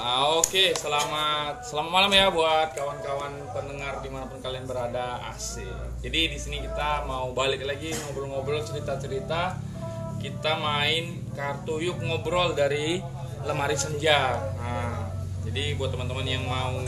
Oke, selamat malam ya buat kawan-kawan pendengar dimanapun kalian berada. Asik. Jadi di sini kita mau balik lagi ngobrol-ngobrol cerita-cerita. Kita main kartu yuk ngobrol dari lemari senja. Nah, jadi buat teman-teman yang mau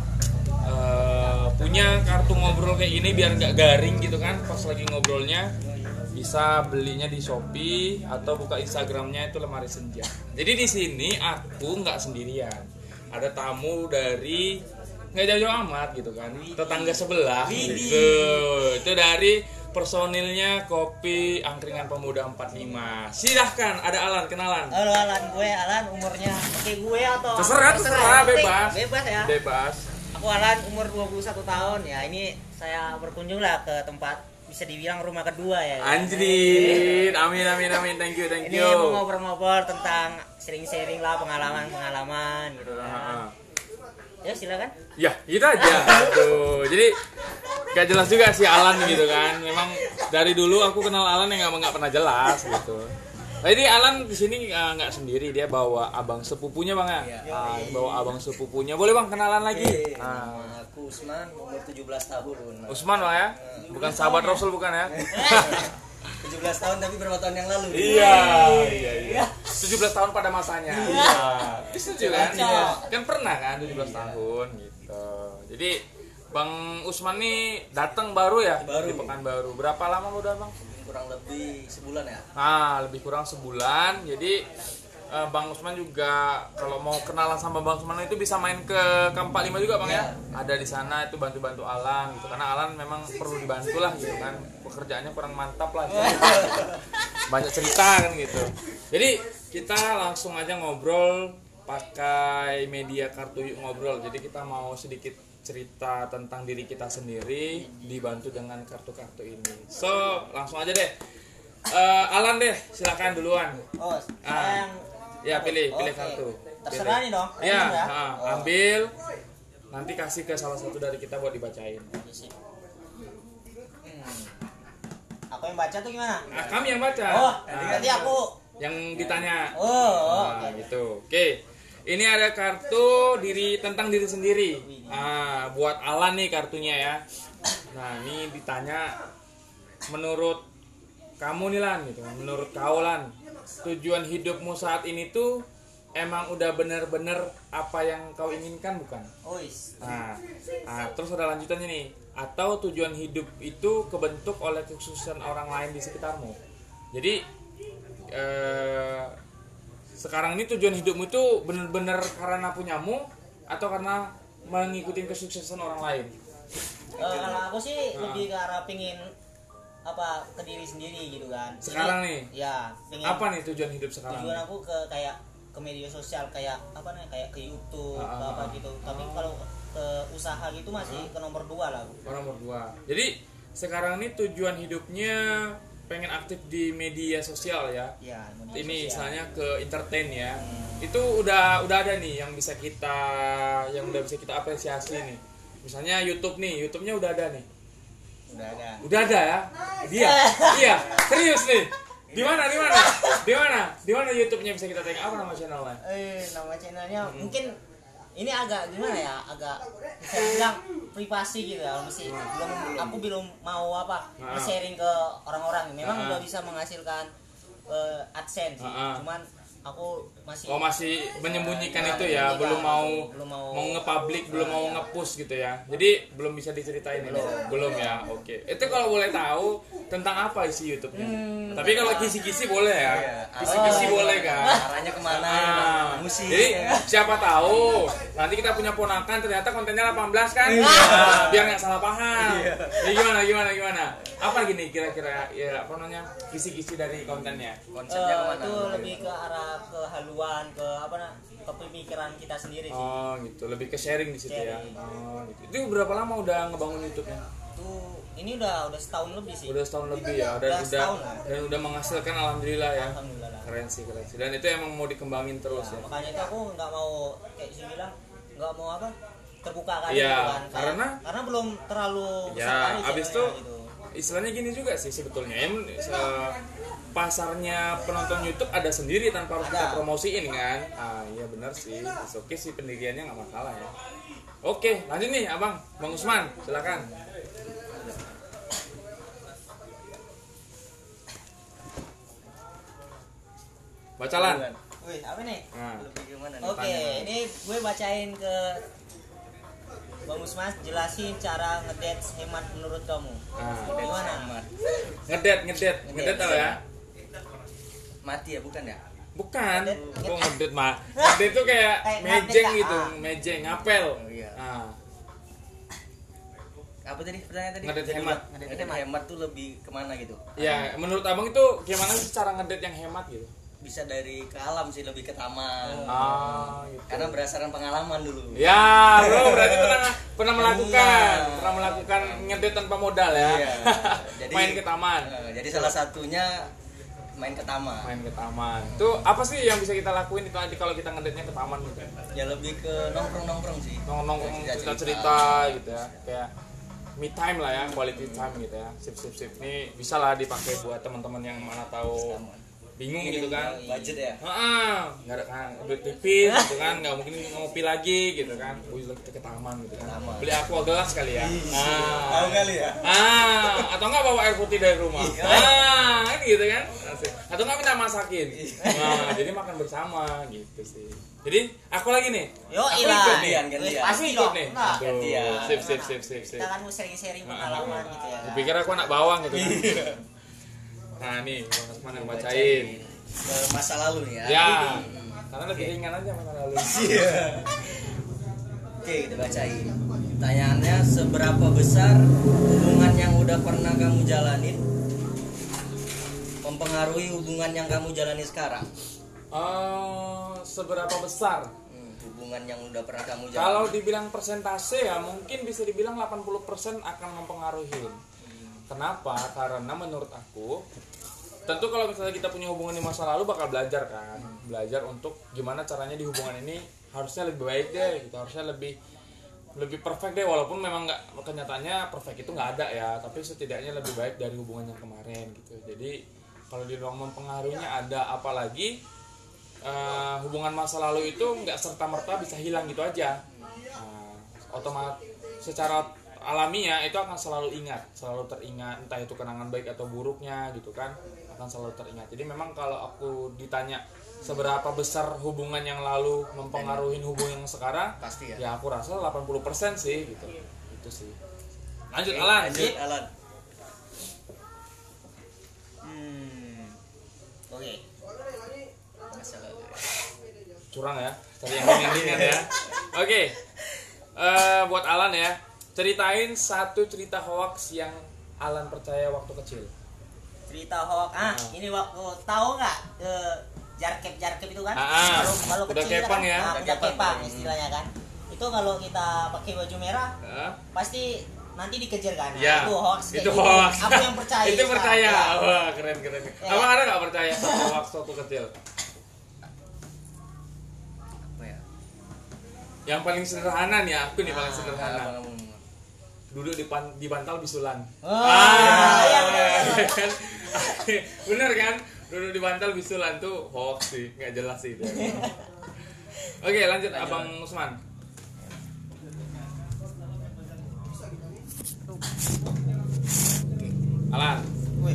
punya kartu ngobrol kayak gini biar nggak garing gitu kan pas lagi ngobrolnya, bisa belinya di Shopee atau buka Instagramnya itu lemari senja. Jadi di sini aku nggak sendirian, ada tamu dari nggak jauh-jauh amat gitu kan, tetangga sebelah gitu. Itu dari personilnya Kopi Angkringan Pemuda 45. Silahkan, ada Alan, kenalan. Halo Alan, gue Alan, umurnya oke gue atau terserah bebas ya. Bebas. Aku Alan, umur 21 tahun ya. Ini saya berkunjung lah ke tempat bisa dibilang rumah kedua ya. Anjir, amin. Thank you. Ini mau ngobrol-ngobrol tentang sharing lah pengalaman gitu kan. Ya silakan. Ya, gitu aja. Tuh. Jadi gak jelas juga sih Alan gitu kan. Memang dari dulu aku kenal Alan yang nggak pernah jelas gitu. Jadi Alan di sini nggak sendiri, dia bawa abang sepupunya bang ya. Bawa abang sepupunya. Boleh bang kenalan lagi? Aku Usman, umur 17 tahun. Usman bang ya, bukan sahabat Rasul bukan ya? 17 tahun tapi berapa tahun yang lalu? Iya. 17 tahun pada masanya. Iya. Setuju kan? Kan pernah kan 17 tahun gitu. Jadi Bang Usman nih datang baru ya di Pekanbaru. Berapa lama udah bang? Kurang lebih sebulan ya. Lebih kurang sebulan. Jadi Bang Usman juga kalau mau kenalan sama Bang Usman itu bisa main ke Kamp 45 juga bang ya. Ada di sana itu bantu Alan gitu. Karena Alan memang perlu dibantu lah gitu kan. Pekerjaannya kurang mantap lah. Gitu. Banyak cerita kan gitu. Jadi kita langsung aja ngobrol pakai media kartu yuk ngobrol. Jadi kita mau sedikit cerita tentang diri kita sendiri dibantu dengan kartu-kartu ini. So langsung aja deh. Alan deh, silakan duluan. Pilih kartu. Terserah nih dong. Ya. Ambil. Nanti kasih ke salah satu dari kita buat dibacain. Aku yang baca tuh gimana? Kami yang baca. Nanti aku yang ditanya. Gitu. Oke. Ini ada kartu tentang diri sendiri. Buat Alan nih kartunya ya. Nah, ini ditanya menurut kamu nih Lan gitu. Menurut kau Lan, tujuan hidupmu saat ini tuh emang udah bener-bener apa yang kau inginkan bukan? Terus ada lanjutannya nih. Atau tujuan hidup itu kebentuk oleh kesuksesan orang lain di sekitarmu. Jadi sekarang ini tujuan hidupmu itu bener-bener karena punyamu atau karena mengikuti kesuksesan orang lain? Kalau aku sih lebih ke arah pingin ke diri sendiri gitu kan. Sekarang nih? Ya, pingin. Apa nih tujuan hidup sekarang? Tujuan aku ke media sosial kayak ke YouTube gitu. Tapi kalau ke usaha gitu masih ke nomor 2 lah. Nomor 2. Jadi sekarang ini tujuan hidupnya pengen aktif di media sosial ya. Ini misalnya ke entertain ya. Itu udah ada nih yang bisa kita apresiasi nih. Misalnya YouTube nih, YouTube-nya udah ada nih. Udah ada ya? Iya, serius nih. Di mana YouTube-nya bisa kita tengok? Apa nama channelnya? Nama channelnya mungkin ini agak gimana ya? Agak bisa bilang privasi gitu ya. Aku belum mau sharing ke orang-orang. Memang udah bisa menghasilkan AdSense sih. Cuman aku masih menyembunyikan itu ya, belum mau nge-public, belum mau nge-push gitu ya. Jadi belum bisa diceritain ini. Belum ya. Oke. Itu kalau boleh tahu tentang apa isi YouTube-nya? Tapi kalau kisi-kisi boleh ya. Kisi-kisi boleh kan? Arahnya kemana? Musik. Jadi siapa tahu nanti kita punya ponakan ternyata kontennya 18 kan? Biar nggak salah paham. Ya gimana? Apa gini kira-kira ya kisi-kisi dari kontennya? Konsepnya kemana? Itu lebih ke arah kehaluan, ke pemikiran kita sendiri sih. Gitu. Lebih ke sharing di situ ya. Gitu. Itu berapa lama udah ngebangun YouTube-nya? Ini udah setahun lebih sih. Udah setahun lebih ya. Dan udah menghasilkan alhamdulillah ya. Alhamdulillah. Keren sih. Dan itu emang mau dikembangin terus ya. Makanya itu aku nggak mau kayak sih bilang nggak mau terbuka kan gitu kan. Karena belum terlalu besar kali abis itu gitu. Istilahnya gini juga sih sebetulnya. pasarnya penonton YouTube ada sendiri tanpa harus kita Ada. promosiin kan. Iya benar sih, oke sih pendiriannya nggak masalah ya. Oke, lanjut nih abang, Bang Usman, silakan. Bacalan. Wih, apa nih? Nah, Lebih gimana nih? Oke, ini gue bacain ke Bang Usman, jelasin cara ngedance hemat menurut kamu. Gimana? ngedet apa ya? Mati ya, bukan ya? Bukan, Ngedet. kok ngedet mah? Ngedet tuh kayak Kayak mejeng ngedet, gitu, ah. mejeng, ngapel. Oh, iya. Nah, Apa tadi pertanyaan tadi? Ngedet hemat. Ngedet hemat tuh lebih kemana gitu? ya menurut abang itu gimana sih cara ngedet yang hemat gitu? Bisa dari ke alam sih, lebih ke taman. Gitu. Karena berdasarkan pengalaman dulu. Ya, bro, berarti pernah melakukan ngedet tanpa modal ya. Iya. Jadi, Main ke taman. Jadi salah satunya main ke taman. Main ke taman. Itu apa sih yang bisa kita lakuin itu nanti kalau kita ngedetnya ke taman gitu? Ya lebih ke nongkrong-nongkrong sih. Nongkrong cerita-cerita gitu ya. Kayak me time lah ya, quality time gitu ya. Sip. Ini bisa lah dipakai buat teman-teman yang mana tahu bingung gitu kan. Budget ya. Nggak ada kan duit tipis gitu kan, nggak mungkin ngopi lagi gitu kan. Wih, ke taman gitu kan. Taman. Beli aqua gelas kali ya. Tahu kali ya. Atau nggak bawa air putih dari rumah. Kan gitu kan. Asik. Atau nggak minta masakin. Jadi makan bersama gitu sih. Jadi aku lagi nih. Yo, Aku ilah. ikut nih. Gantian. Aku Pasti ikut dong. nih. Enggak. Tuh, Gantian. Sip. Kita kan mau sharing-sharing pengalaman gitu ya. Aku pikir aku anak bawang gitu kan. Nah nih, Bang Usman yang bacain. Ke masa lalu nih ya. Ya, karena lebih ringan aja masa lalu. Oke, kita bacain. Pertanyaannya, seberapa besar hubungan yang udah pernah kamu jalanin mempengaruhi hubungan yang kamu jalani sekarang? Seberapa besar? Hubungan yang udah pernah kamu jalani. Kalau dibilang persentase ya mungkin bisa dibilang 80% akan mempengaruhi. Kenapa? Karena menurut aku tentu kalau misalnya kita punya hubungan di masa lalu bakal belajar kan. Belajar untuk gimana caranya di hubungan ini harusnya lebih baik deh gitu. Harusnya lebih perfect deh, walaupun memang nggak, kenyataannya perfect itu nggak ada ya, tapi setidaknya lebih baik dari hubungan yang kemarin gitu. Jadi kalau dibilang mempengaruhinya ada, apalagi hubungan masa lalu itu nggak serta merta bisa hilang gitu aja. Otomatis secara alamiah itu akan selalu teringat, entah itu kenangan baik atau buruknya gitu kan, akan selalu teringat. Jadi memang kalau aku ditanya seberapa besar hubungan yang lalu mempengaruhi hubungan yang sekarang, Pasti ya. ya aku rasa 80% sih gitu. Itu sih. Lanjut Oke, Alan. Lanjut Alan. Oke. Masa lalu. Curang ya, cari yang ringan ya. Oke. Buat Alan ya, ceritain satu cerita hoax yang Alan percaya waktu kecil. Cerita hoax. Ini waktu tahu nggak jarkep itu kan? Kalau udah kecil kepang kan, ya. udah kepang istilahnya kan. Itu kalau kita pakai baju merah pasti nanti dikejar kan. Ya, Itu hoax. kayak itu gitu. hoax. Aku yang percaya. Itu percaya. Ya. Wah, keren. Ya. Abang ada nggak percaya sama hoax waktu kecil? Apa ya? Yang paling sederhana nih, aku nih paling sederhana. Abang. Duduk di bantal bisulan. Iya benar. Bener kan? Duduk di bantal bisulan tuh hoax sih, nggak jelas sih itu. Oke, lanjut Abang Usman. Alan. Wih.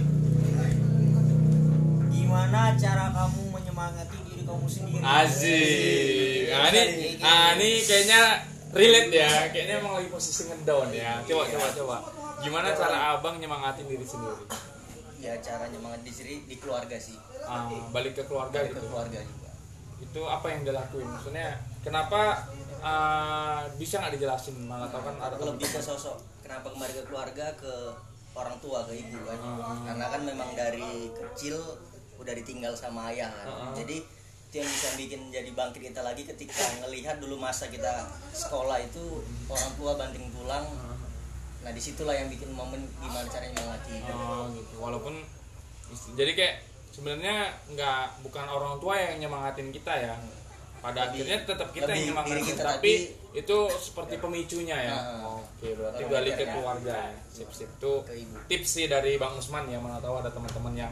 Gimana cara kamu menyemangati diri kamu sendiri? Asik. Ini kayaknya relate ya. Kayaknya emang lagi posisi ngedown ya. Coba. Gimana cara Abang nyemangatin diri sendiri? Ya cara nyemangat diri di keluarga sih. Balik ke keluarga Balik gitu. ke keluarga juga. Itu apa yang dia lakuin? Maksudnya kenapa bisa nggak dijelasin? Malah tau kan ada Lebih ke sosok. Kenapa kembali ke keluarga, ke orang tua, ke ibu kan? Karena kan memang dari kecil udah ditinggal sama ayah kan. Jadi itu yang bisa bikin jadi bangkit kita lagi ketika ngelihat dulu masa kita sekolah itu orang tua banting tulang. Nah disitulah yang bikin momen gimana caranya melatih. gitu. Walaupun jadi kayak sebenarnya bukan orang tua yang nyemangatin kita ya. Pada akhirnya tetap kita yang nyemangatin kita, tapi itu seperti pemicunya ya. Oke, berarti balik ke keluarga ya. Sip. Itu tips sih dari Bang Usman ya, mana tahu ada teman-teman yang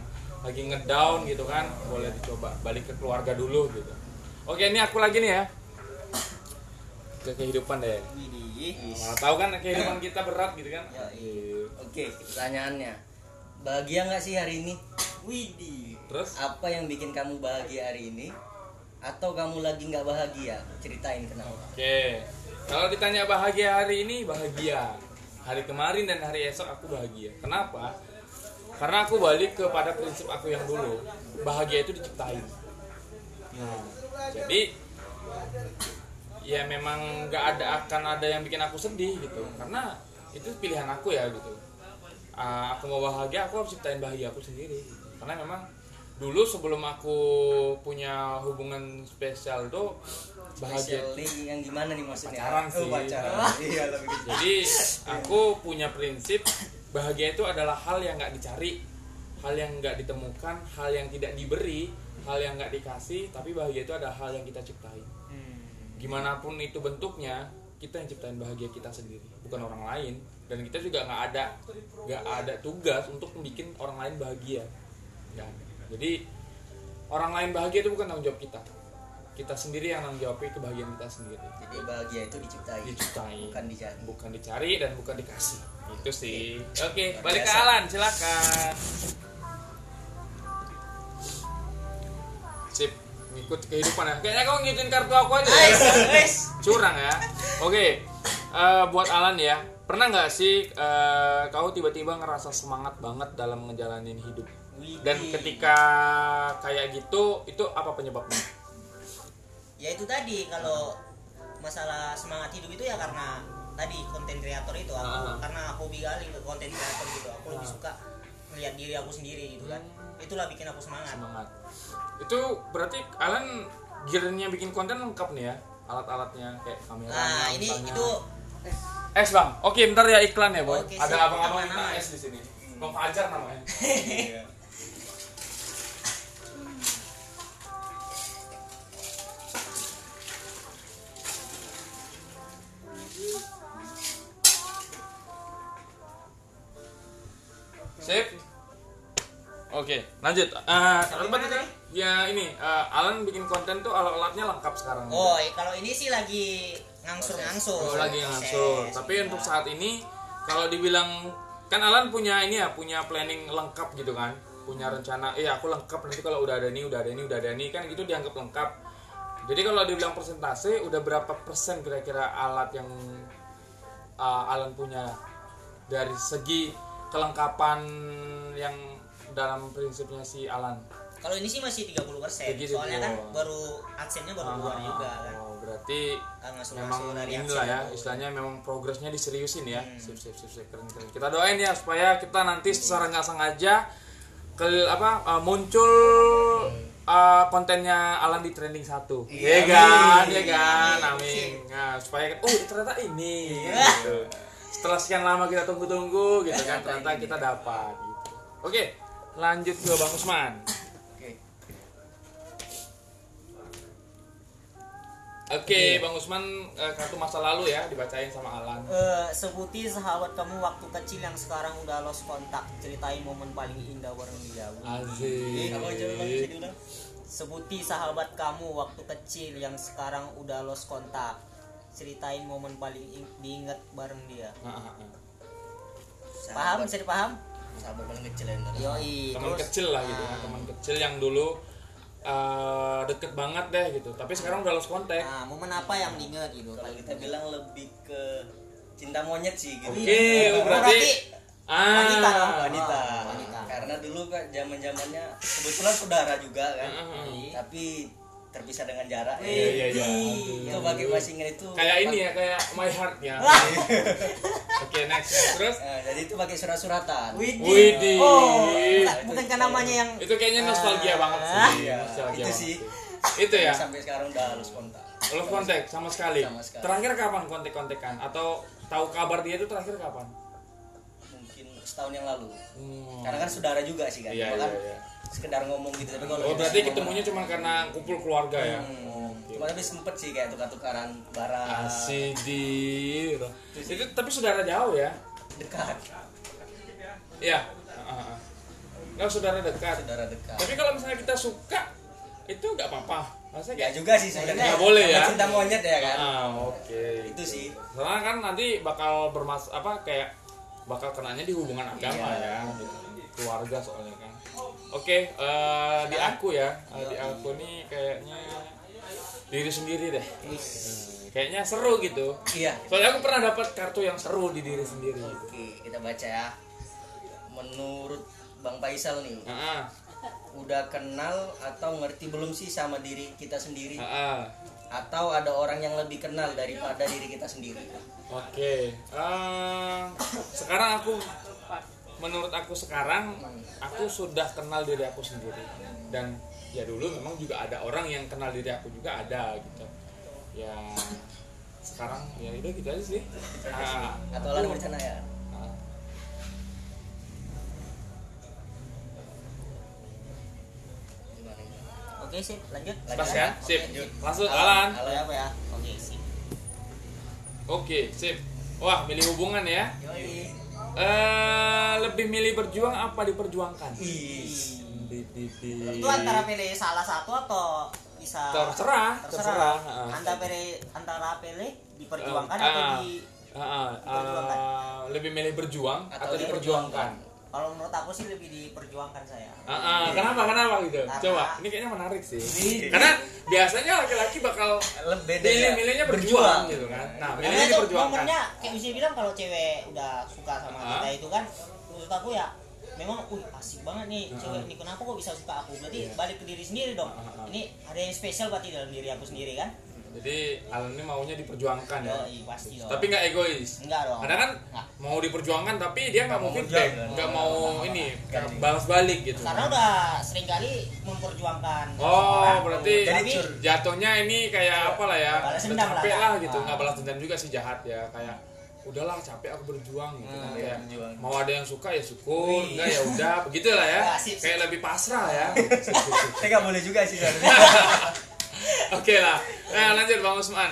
lagi ngedown gitu kan, boleh dicoba balik ke keluarga dulu gitu. Oke, ini aku lagi nih ya ke kehidupan deh. Malah tahu kan kehidupan kita berat gitu kan. Oke, pertanyaannya, bahagia nggak sih hari ini? Widih. Terus Apa yang bikin kamu bahagia hari ini? Atau kamu lagi nggak bahagia? Ceritain kenapa. oke, kalau ditanya bahagia hari ini, bahagia. Hari kemarin dan hari esok aku bahagia. Kenapa? Karena aku balik kepada prinsip aku yang dulu. Bahagia itu diciptain. Nah, jadi ya memang nggak akan ada yang bikin aku sedih gitu. Karena itu pilihan aku ya gitu. Aku mau bahagia, aku harus ciptain bahagia aku sendiri. Karena memang dulu sebelum aku punya hubungan spesial tuh bahagia Spesial yang gimana nih maksudnya? pacaran sih. Pacaran. Iya, lebih gitu. Jadi aku punya prinsip bahagia itu adalah hal yang nggak dicari, hal yang nggak ditemukan, hal yang tidak diberi, hal yang nggak dikasih, tapi bahagia itu adalah hal yang kita ciptain. Gimanapun itu bentuknya, kita yang ciptain bahagia kita sendiri, bukan orang lain. Dan kita juga nggak ada tugas untuk membuat orang lain bahagia. Nggak ada. Jadi orang lain bahagia itu bukan tanggung jawab kita. Kita sendiri yang tanggung jawab kebahagiaan kita sendiri. Jadi bahagia itu diciptain, bukan dicari. Bukan dicari dan bukan dikasih. Itu sih. Oke, balik ke Alan, silakan. Sip, ngikut kehidupan ya. Kayaknya kau ngikutin kartu aku aja ya. Curang ya. Oke, buat Alan ya. Pernah nggak sih kau tiba-tiba ngerasa semangat banget dalam ngejalanin hidup? Dan ketika kayak gitu, itu apa penyebabnya? Ya itu tadi, kalau masalah semangat hidup itu ya karena tadi konten kreator itu aku, karena hobi kali ke konten kreator gitu. Aku lebih suka melihat diri aku sendiri gitu kan. Itulah bikin aku semangat. Itu berarti Alan gearnya bikin konten lengkap nih ya, alat-alatnya kayak kamera. Nah, ini itu es bang. Oke, bentar ya iklan ya boy. Oke, Ada siap. abang-abang yang Aman-aman. minta es di sini. Bang Fajar namanya. Sip. Oke, lanjut. Apa tadi? Ya ini, Alan bikin konten tuh alat-alatnya lengkap sekarang. Oh, kalau ini sih lagi ngangsur-ngangsur. Oh, lagi ngangsur. Tapi untuk saat ini, kalau dibilang kan Alan punya ini ya, punya planning lengkap gitu kan, punya rencana. Aku lengkap nanti kalau udah ada ini kan gitu dianggap lengkap. Jadi kalau dibilang persentase, udah berapa persen kira-kira alat yang Alan punya dari segi kelengkapan yang dalam prinsipnya si Alan? Kalau ini sih masih 30%. Soalnya kan baru adsense-nya baru keluar juga kan. Oh, berarti memang inilah ya, istilahnya memang progresnya diseriusin ya. Sip, keren. Kita doain ya supaya kita nanti secara nggak sengaja muncul kontennya Alan di trending 1. Ya kan, amin. Nah, supaya ternyata ini gitu. Setelah sekian lama kita tunggu-tunggu gitu kan, ternyata kita dapat gitu. Oke, lanjut ke Bang Usman. Oke, Bang Usman, kartu masa lalu ya dibacain sama Alan. Sebuti sahabat kamu waktu kecil yang sekarang udah lost kontak. Ceritain momen paling indah bareng dia. Asik. Sebuti sahabat kamu waktu kecil yang sekarang udah lost kontak. Ceritain momen paling diingat bareng dia. Paham? Bisa dipaham? Sahabat paling kecil ya. Yoi. Teman kecil lah gitu kan, teman kecil yang dulu deket banget deh gitu, tapi sekarang udah lost kontak. Nah, momen apa yang diingat gitu? Kalau kita bilang lebih ke cinta monyet sih gitu. Oke, berarti wanita. Karena dulu kan zaman-zamannya kebetulan saudara juga kan. Tapi terpisah dengan jarak. Iya. Itu bagi masing-masing itu kayak ini ya, kayak My Heart ya. Oke, next. Terus jadi itu pakai surat-suratan. Widih. Oh, bukan kan namanya yang itu kayaknya nostalgia banget sih. Iya, Nostalgia itu banget sih. Itu ya. Sampai sekarang udah halus kontak. Lost kontak sama sekali. Sama sekali. Terakhir kapan kontak-kontakan atau tahu kabar dia itu terakhir kapan? Mungkin setahun yang lalu. Karena kan saudara juga sih kan. Iya. Sekedar ngomong gitu, tapi kalau Berarti ketemunya cuma karena kumpul keluarga ya. Cuma tapi sempet sih kayak tukar-tukaran barang. Asidir. Itu tapi saudara jauh ya? Dekat. Iya. Oh, saudara dekat. Saudara dekat. Tapi kalau misalnya kita suka itu nggak apa-apa. Maksudnya Ya juga sih sebenarnya. nggak boleh ya. Cinta monyet ya kan. Oke. Itu sih. Soalnya kan nanti bakal kayak bakal kenanya di hubungan agama Iya. ya, gitu. Keluarga soalnya kan. Oke, di aku ya, di aku nih kayaknya diri sendiri deh. Kayaknya seru gitu. Iya. Soalnya aku pernah dapat kartu yang seru di diri sendiri. Oke, kita baca ya. Menurut Bang Faisal nih, Heeh. udah kenal atau ngerti belum sih sama diri kita sendiri? Heeh. Atau ada orang yang lebih kenal daripada diri kita sendiri? Oke. Sekarang menurut aku sekarang aku sudah kenal diri aku sendiri, dan ya dulu memang juga ada orang yang kenal diri aku juga ada gitu. Ya sekarang ya udah gitu aja sih. Atau lalu bercanda ya? Oke sip, lanjut. Pas ya, sip. Lanjut. Langsung Alan. Halo apa ya? Oke sip. Oke, sip. Wah, milih hubungan ya. Yoi. Lebih milih berjuang apa diperjuangkan? Ih. Itu antara pilih salah satu atau bisa Terserah. antara pilih diperjuangkan atau diperjuangkan. Lebih milih berjuang atau Atau diperjuangkan? Kalau menurut aku sih lebih diperjuangkan saya. Kenapa gitu? Karena- Coba, ini kayaknya menarik sih. Karena biasanya laki-laki bakal milihnya berjuang gitu kan. Nah, Karena milihnya itu diperjuangkan. momennya kayak bisa bilang kalau cewek udah suka sama kita itu kan, menurut aku ya memang asik banget nih cewek ini, kenapa kok bisa suka aku, berarti balik ke diri sendiri dong. Ini ada yang spesial berarti dalam diri aku sendiri kan. Jadi Alan ini maunya diperjuangkan ya. Yoi, pasti dong. Tapi nggak egois. Enggak dong. Kadang kan Nggak. mau diperjuangkan tapi dia nggak mau feedback, nggak mau ini Ganti. balas balik gitu. Karena udah sering kali memperjuangkan Oh, seseorang, berarti tapi jatuhnya ini kayak apa lah ya? Balas dendam lah, Capek kan? lah gitu, Ah. nggak balas dendam juga sih, jahat ya, kayak udahlah capek aku berjuang gitu kan, kayak berjuang. mau ada yang suka ya syukur, enggak ya udah begitulah ya. Ya, sip, sip. Kayak lebih pasrah ya. Saya nggak boleh juga sih kan. Oke lah. Nah, lanjut Bang Usman.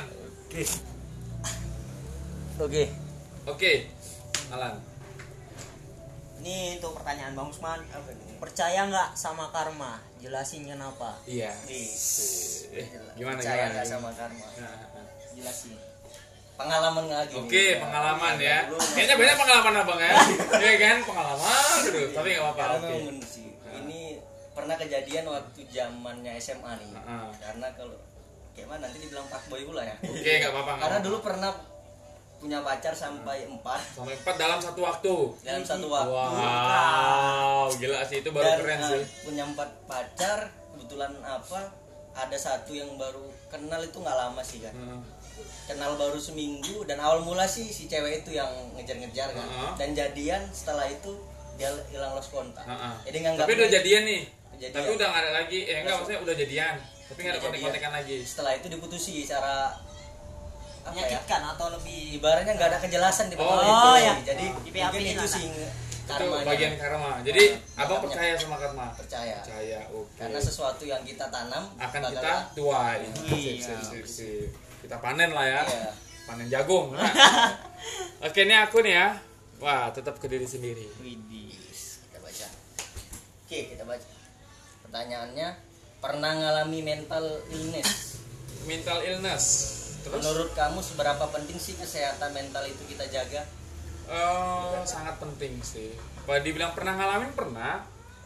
Oke. Oke. Alan. ini untuk pertanyaan Bang Usman, Apa nih? percaya nggak sama karma? Jelasin kenapa? Iya. Ih. Gimana Percaya gimana? nggak sama karma? Nah, Jelasin. Pengalaman lagi. Oke, nih. pengalaman ya. Dulu Kayaknya banyak pengalaman abang ya. Iya kan, pengalaman gitu. Tapi nggak apa-apa. Karena Oke. memang sih, ini pernah kejadian waktu zamannya SMA nih. Heeh. Karena kalau kayak mana nanti dibilang fuckboy pula ya. Oke, nggak apa-apa. nggak Karena apa-apa. dulu pernah punya pacar sampai 4 sampai 4 dalam satu waktu. dalam satu waktu. Wow, gila sih itu baru Dan, keren sih. punya 4 pacar, kebetulan ada satu yang baru kenal itu nggak lama sih kan. Kenal baru seminggu, dan awal mula sih si cewek itu yang ngejar-ngejar kan. Heeh. Dan jadian, setelah itu dia hilang lost kontak. Heeh. Jadi nganggap Tapi udah jadian nih. Jadian. Tapi udah nggak ada lagi. Enggak, maksudnya udah jadian. Tapi nggak ada Jadian. kontek-kontekan lagi. Setelah itu diputusi secara apa ya? Menyakitkan atau lebih Ibaratnya nggak ada kejelasan di Oh, itu. ya. Jadi Di mungkin PHP-in itu lah. sih Itu karmanya. bagian karma. Jadi Nah, abang makanya percaya sama karma. percaya. Percaya, oke. Karena sesuatu yang kita tanam Akan bakal- kita tuai. Iya. Sip. Kita panen lah ya. Iya. Panen jagung. Nah. Oke, ini aku nih ya. Wah, tetap ke diri sendiri. Widis. Kita baca. Oke, kita baca. Pertanyaannya, pernah ngalami mental illness? Mental illness. Terus Menurut kamu seberapa penting sih kesehatan mental itu kita jaga? sangat penting sih. Kalau dibilang pernah ngalamin, pernah.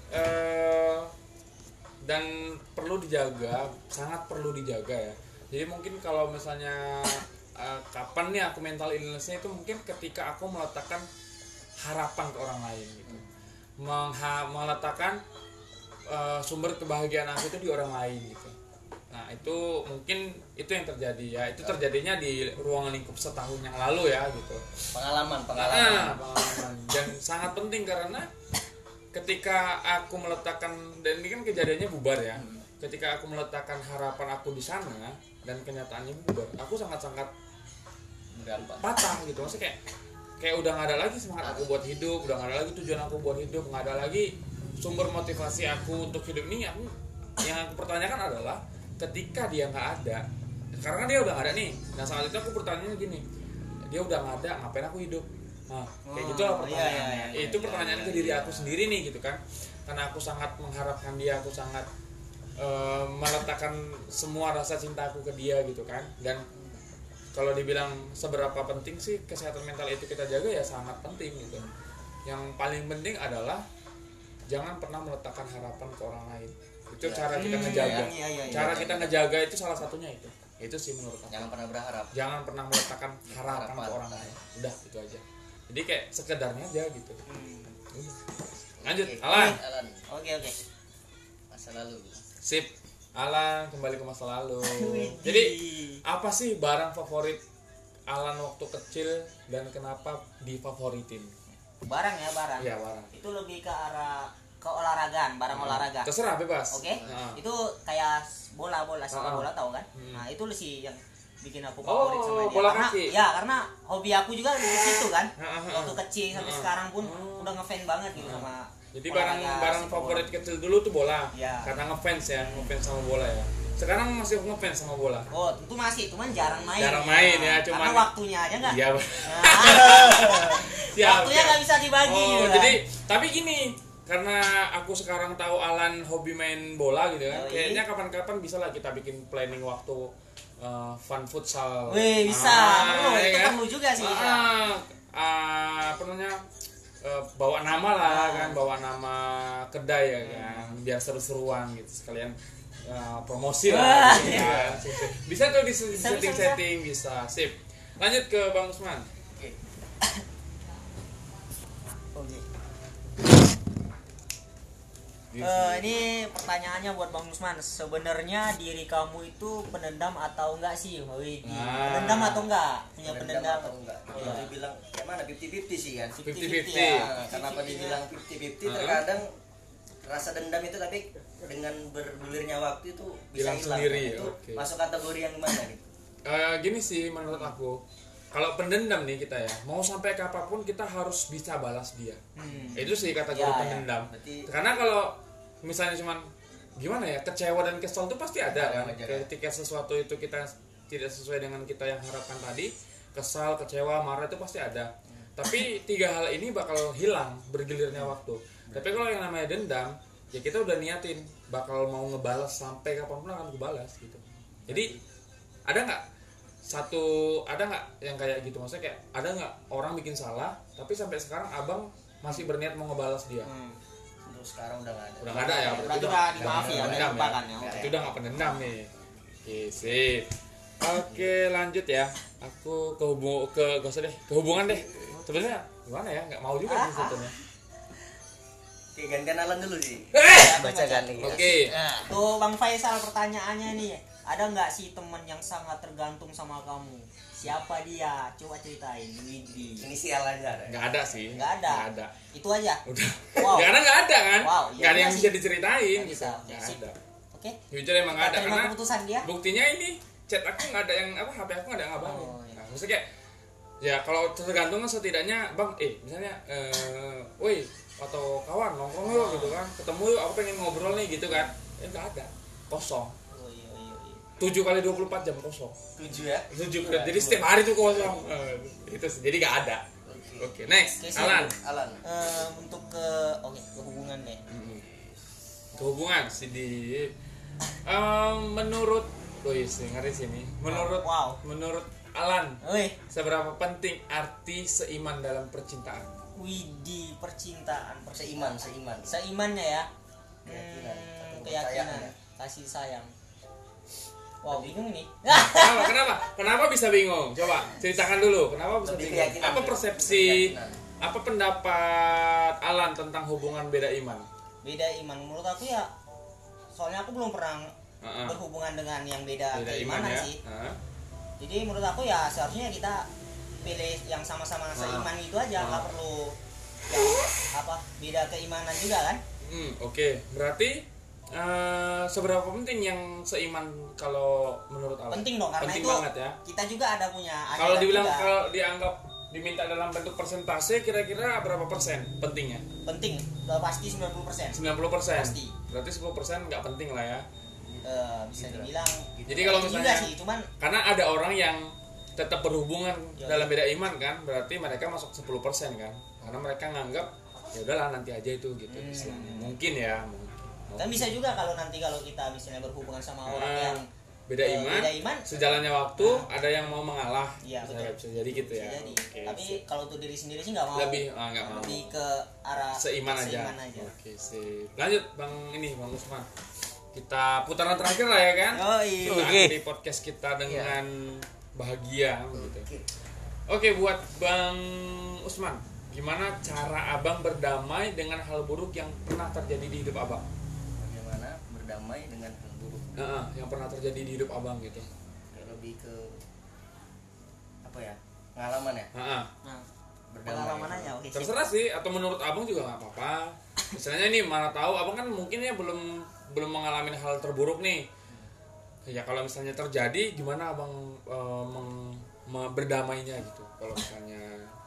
Dan perlu dijaga, sangat perlu dijaga ya. Jadi mungkin kalau misalnya kapan nih aku mental illnessnya itu mungkin ketika aku meletakkan harapan ke orang lain gitu, meletakkan sumber kebahagiaan aku itu di orang lain gitu. Nah itu mungkin itu yang terjadi ya. Itu terjadinya di ruang lingkup setahun yang lalu ya gitu. Pengalaman. Pengalaman. Dan sangat penting karena ketika aku meletakkan, dan ini kan kejadiannya bubar ya. Ketika aku meletakkan harapan aku di sana dan kenyataannya bubar, aku sangat-sangat Berapa? patah gitu. Maksudnya kayak udah nggak ada lagi semangat aku buat hidup, udah nggak ada lagi tujuan aku buat hidup, nggak ada lagi sumber motivasi aku untuk hidup ini. Yang aku pertanyakan adalah ketika dia nggak ada, karena dia udah nggak ada nih. Nah saat itu aku pertanyaannya gini, dia udah nggak ada, ngapain aku hidup? Nah, kayak gitulah pertanyaannya. iya, Itu pertanyaan ke diri aku sendiri nih gitu kan. Karena aku sangat mengharapkan dia, aku sangat meletakkan semua rasa cintaku ke dia gitu kan. Dan kalau dibilang seberapa penting sih kesehatan mental itu kita jaga, ya sangat penting gitu. Yang paling penting adalah jangan pernah meletakkan harapan ke orang lain. Itu cara kita ngejaga. Cara kita ngejaga itu salah satunya itu. Itu sih menurut aku. Jangan pernah berharap. Jangan pernah meletakkan harapan ke orang lain. Udah itu aja. Jadi kayak sekedarnya aja gitu. Lanjut, Alan. Oke. Masa lalu. Sip. Alan kembali ke masa lalu. Jadi apa sih barang favorit Alan waktu kecil dan kenapa difavoritin? Barang ya, barang. Iya, barang. Itu lebih ke arah keolahragaan, barang olahraga. Terserah bebas. Oke. Itu kayak bola sepak bola tahu kan? Nah, itu sih yang bikin aku favorit sama dia. Bola Karena kaki. ya karena hobi aku juga di situ kan. Waktu kecil sampai sekarang pun udah ngefans banget gitu sama. Jadi olahraga barang sepak favorit bola. kecil dulu tuh bola. Ya. Karena ngefans sama bola ya. Sekarang masih ngefans sama bola. Oh, tentu masih, cuman jarang main. Jarang main ya, cuman karena waktunya aja enggak. Iya. Waktunya nggak bisa dibagi gitu kan. Jadi tapi gini, karena aku sekarang tahu Alan hobi main bola gitu kan. Kayaknya kapan-kapan bisa lah kita bikin planning waktu fun futsal. Wih, bisa. Ya Itu kan? perlu juga sih. Apa namanya? Bawa nama lah kan, bawa nama kedai ya kan, biar seru-seruan gitu sekalian promosi lah gitu kan. Bisa tuh di setting bisa. Sip. Lanjut ke Bang Usman. Oke. Ini pertanyaannya buat Bang Usman. Sebenarnya diri kamu itu pendendam atau enggak sih? Pendendam atau enggak? Punya pendendam atau enggak? Kalau dibilang kayak mana 50-50 sih kan. 50-50. Nah, kenapa dibilang 50-50? Terkadang rasa dendam itu tapi dengan bergulirnya waktu itu bisa Hilang hilang. sendiri, Itu oke. masuk kategori yang gimana gitu? Gini sih menurut aku, kalau pendendam nih kita ya, mau sampai kapanpun kita harus bisa balas dia. Itu sih kategori Ya, pendendam. Berarti- Karena kalau misalnya cuman gimana ya, kecewa dan kesel itu pasti ada kan. wajar, ya. Ketika sesuatu itu kita tidak sesuai dengan kita yang harapkan tadi, kesal, kecewa, marah itu pasti ada. Tapi 3 hal ini bakal hilang bergilirnya waktu. Tapi kalau yang namanya dendam, ya kita udah niatin bakal mau ngebalas sampai kapanpun akan kubalas gitu. Jadi ada nggak yang kayak gitu, maksudnya kayak ada nggak orang bikin salah tapi sampai sekarang abang masih berniat mau ngebalas dia? Untuk sekarang udah nggak ada. Udah nggak ada ya? Berarti udah dimaafi ya, udah pendendam dilupakan ya. Itu udah nggak pendendam nih. Oke, sip. Oke, lanjut ya. Aku ke hubungan deh. Sebenarnya gimana ya? Nggak mau juga sih sebetulnya. Oke, gantian Alan dulu sih. Bacakan nih. Oke. Tuh Bang Faisal pertanyaannya nih. Ada nggak sih teman yang sangat tergantung sama kamu? Siapa dia? Coba ceritain. Widih. Inisial aja. Nggak ada sih. Nggak ada. Nggak ada. Itu aja. Udah. Wow. Karena nggak ada kan? Wow, iya Nggak ada yang sih. bisa diceritain. Nggak bisa. Nggak Sip. ada. Oke. Jujur emang nggak ada, Terima karena keputusan dia. buktinya ini chat aku nggak ada yang HP aku nggak ada yang ngabarin. Oh, iya. Nah, maksudnya kayak ya kalau tergantung kan setidaknya bang misalnya woi atau kawan nongkrong yuk gitu kan, ketemu yuk aku pengen ngobrol nih gitu kan, nggak ada, kosong. Oh, iya. 7 kali 24 jam kosong. 7 ya. 7 jadi setiap hari tuh kosong. Itu sih, jadi nggak ada. Oke, next. Oke, sip. Alan. Untuk ke hubungan deh. Kehubungan sih menurut ngeri sini. Menurut Alan, Wih, seberapa penting arti seiman dalam percintaan? widih percintaan. Seimannya ya. Keyakinan. Keyakinan, kasih sayang. Wow, bingung nih. Kenapa bisa bingung? Coba ceritakan dulu. Kenapa bisa Lebih bingung? keyakinan. Apa persepsi? Apa pendapat Alan tentang hubungan beda iman? Beda iman menurut aku ya. Soalnya aku belum pernah berhubungan dengan yang beda keimanan ya? sih. Jadi menurut aku ya seharusnya kita pilih yang sama-sama seiman itu aja, nggak perlu yang beda keimanan juga kan? Oke. Berarti seberapa penting yang seiman kalau menurut Alan? Penting dong, karena penting itu banget ya. kita juga ada punya. Kalau dibilang juga. kalau dianggap diminta dalam bentuk persentase, kira-kira berapa persen pentingnya? Penting, udah pasti 90%. 90%. Pasti. Berarti 10% nggak penting lah ya. Bisa dibilang. Jadi kalau penting misalnya juga sih, cuman karena ada orang yang tetap berhubungan dalam beda iman kan, berarti mereka masuk 10% kan, karena mereka nganggap ya udahlah nanti aja itu gitu istilahnya. Mungkin ya, mungkin. Dan bisa juga kalau kita misalnya berhubungan sama orang yang beda iman, sejalannya waktu ada yang mau mengalah. Iya, bisa jadi gitu ya. Jadi. Okay, tapi kalau untuk diri sendiri sih nggak mau. Nggak mau. Lebih ke arah seiman aja. Oke, sip. Lanjut Bang Usman. Kita putaran terakhir lah ya kan. Kita akhiri podcast kita dengan bahagia gitu. Oke, buat Bang Usman, gimana cara Abang berdamai dengan hal buruk yang pernah terjadi di hidup Abang? Bagaimana berdamai dengan hal buruk? Yang pernah terjadi di hidup Abang gitu. Lebih ke apa ya? Pengalaman ya? Pengalaman aja. Oke. Terserah sih, atau menurut Abang juga nggak apa-apa. Misalnya nih, mana tahu Abang kan mungkin ya belum mengalami hal terburuk nih. Ya kalau misalnya terjadi, gimana Abang berdamainya gitu? Kalau misalnya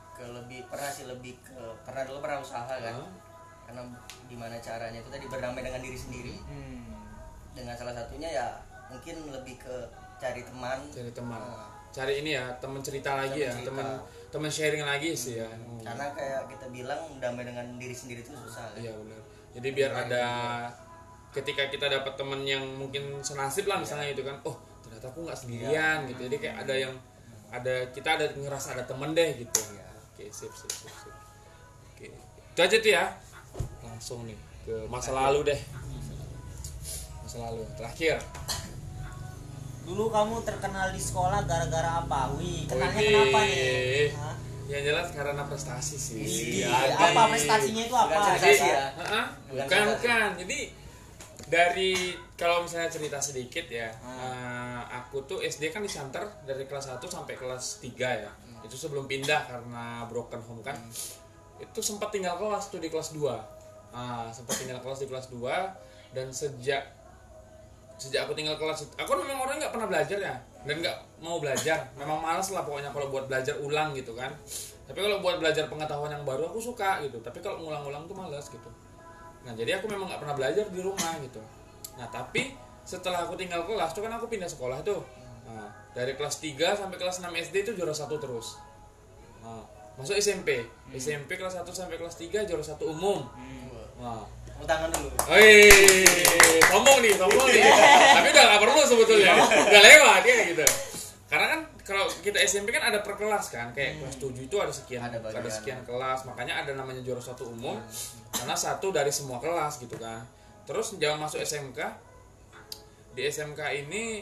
pernah usaha kan, karena gimana caranya itu tadi berdamai dengan diri sendiri. Dengan salah satunya ya mungkin lebih ke cari teman, cari ini ya, teman cerita lagi ya, teman sharing lagi sih ya. Karena kayak kita bilang damai dengan diri sendiri itu susah kan? Iya benar. Jadi biar ada ketika kita dapat teman yang mungkin senasib lah misalnya gitu kan, oh ternyata aku nggak sendirian gitu. Jadi kayak kita ada ngerasa ada temen deh gitu. Oke, sip. Oke, itu aja tuh ya. Langsung nih ke masa lalu deh. Masa lalu terakhir. Dulu kamu terkenal di sekolah gara-gara apa? Kenalnya kenapa nih? Yang jelas karena prestasi sih. Apa prestasinya itu apa? Bukan. Jadi dari kalau misalnya cerita sedikit ya, aku tuh SD kan di Santer dari kelas 1 sampai kelas 3 ya. Itu sebelum pindah karena broken home kan. Itu sempat tinggal kelas tuh di kelas 2. Sempat tinggal kelas di kelas 2 dan sejak aku tinggal kelas itu, aku memang orang nggak pernah belajar ya dan nggak mau belajar, memang malas lah pokoknya kalau buat belajar ulang gitu kan. Tapi kalau buat belajar pengetahuan yang baru aku suka gitu, tapi kalau ngulang-ulang tuh malas gitu. Nah jadi aku memang nggak pernah belajar di rumah gitu. Nah tapi setelah aku tinggal kelas tuh kan aku pindah sekolah tuh. Dari kelas 3 sampai kelas 6 SD itu juara 1 terus. Masuk SMP kelas 1 sampai kelas 3 juara 1 umum. Tangan dulu. Sombong nih. Tapi udah gak perlu sebetulnya. Udah lewat ya gitu. Karena kan kalau kita SMP kan ada per kelas kan, kayak kelas 7 itu ada sekian kelas, makanya ada namanya juara 1 umum. Karena 1 dari semua kelas gitu kan. Terus jangan masuk SMK. Di SMK ini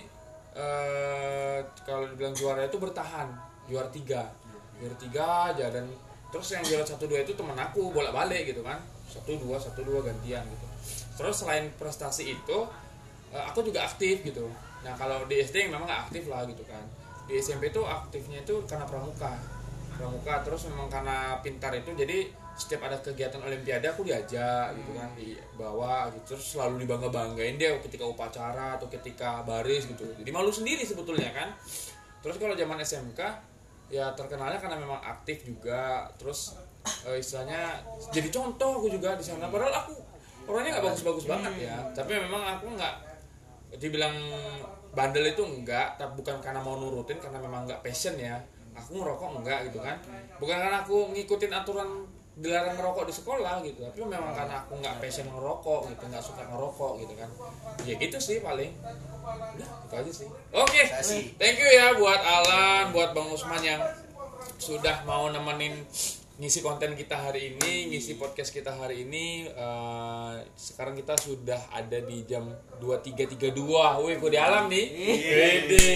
kalau dibilang juara itu bertahan, juara 3 aja, dan terus yang juara 1-2 itu teman aku bolak-balik gitu kan. 1-2 gantian gitu. Terus selain prestasi itu aku juga aktif gitu. Nah kalau di SD memang nggak aktif lah gitu kan. Di SMP itu aktifnya itu karena pramuka. Terus memang karena pintar itu, jadi setiap ada kegiatan olimpiade aku diajak gitu kan, dibawa gitu. Terus selalu dibangga-banggain dia ketika upacara atau ketika baris gitu. Jadi malu sendiri sebetulnya kan. Terus kalau zaman SMK ya terkenalnya karena memang aktif juga. Terus istilahnya jadi contoh aku juga di sana, padahal aku orangnya nggak bagus-bagus banget ya, tapi memang aku nggak dibilang bandel itu enggak, tapi bukan karena mau nurutin, karena memang nggak passion ya. Aku ngerokok enggak gitu kan, bukan karena aku ngikutin aturan dilarang ngerokok di sekolah gitu, tapi memang karena aku nggak passion ngerokok gitu, nggak suka ngerokok gitu kan. Ya gitu sih paling. Udah itu aja sih. Oke. Thank you ya buat Alan, buat Bang Usman yang sudah mau nemenin ngisi konten kita hari ini, ngisi podcast kita hari ini. Sekarang kita sudah ada di jam 23.32. Wih, kok di alam nih. Wede.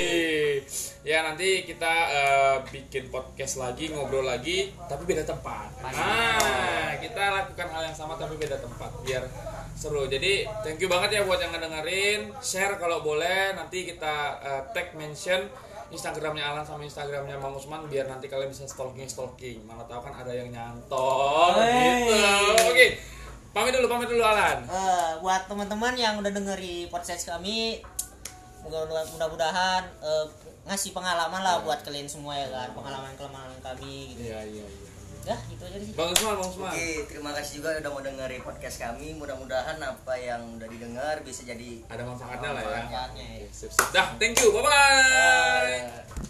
Ya nanti kita bikin podcast lagi, ngobrol lagi, tapi beda tempat. Kita lakukan hal yang sama tapi beda tempat biar seru. Jadi thank you banget ya buat yang ngedengerin. Share kalau boleh. Nanti kita tag mention Instagramnya Alan sama Instagramnya Bang Usman biar nanti kalian bisa stalking. Mana tahu kan ada yang nyantol gitu. Oke. Pamit dulu Alan. Buat teman-teman yang udah dengeri podcast kami, mudah-mudahan ngasih pengalaman lah buat kalian semua ya kan, pengalaman kami gitu. Iya. Ya, gitu aja sih. Bang Usman. Oke, terima kasih juga udah mau dengerin podcast kami. Mudah-mudahan apa yang udah didengar bisa jadi ada manfaatnya lah ya. Manfaatnya. Sip. Dah, thank you. Bye-bye.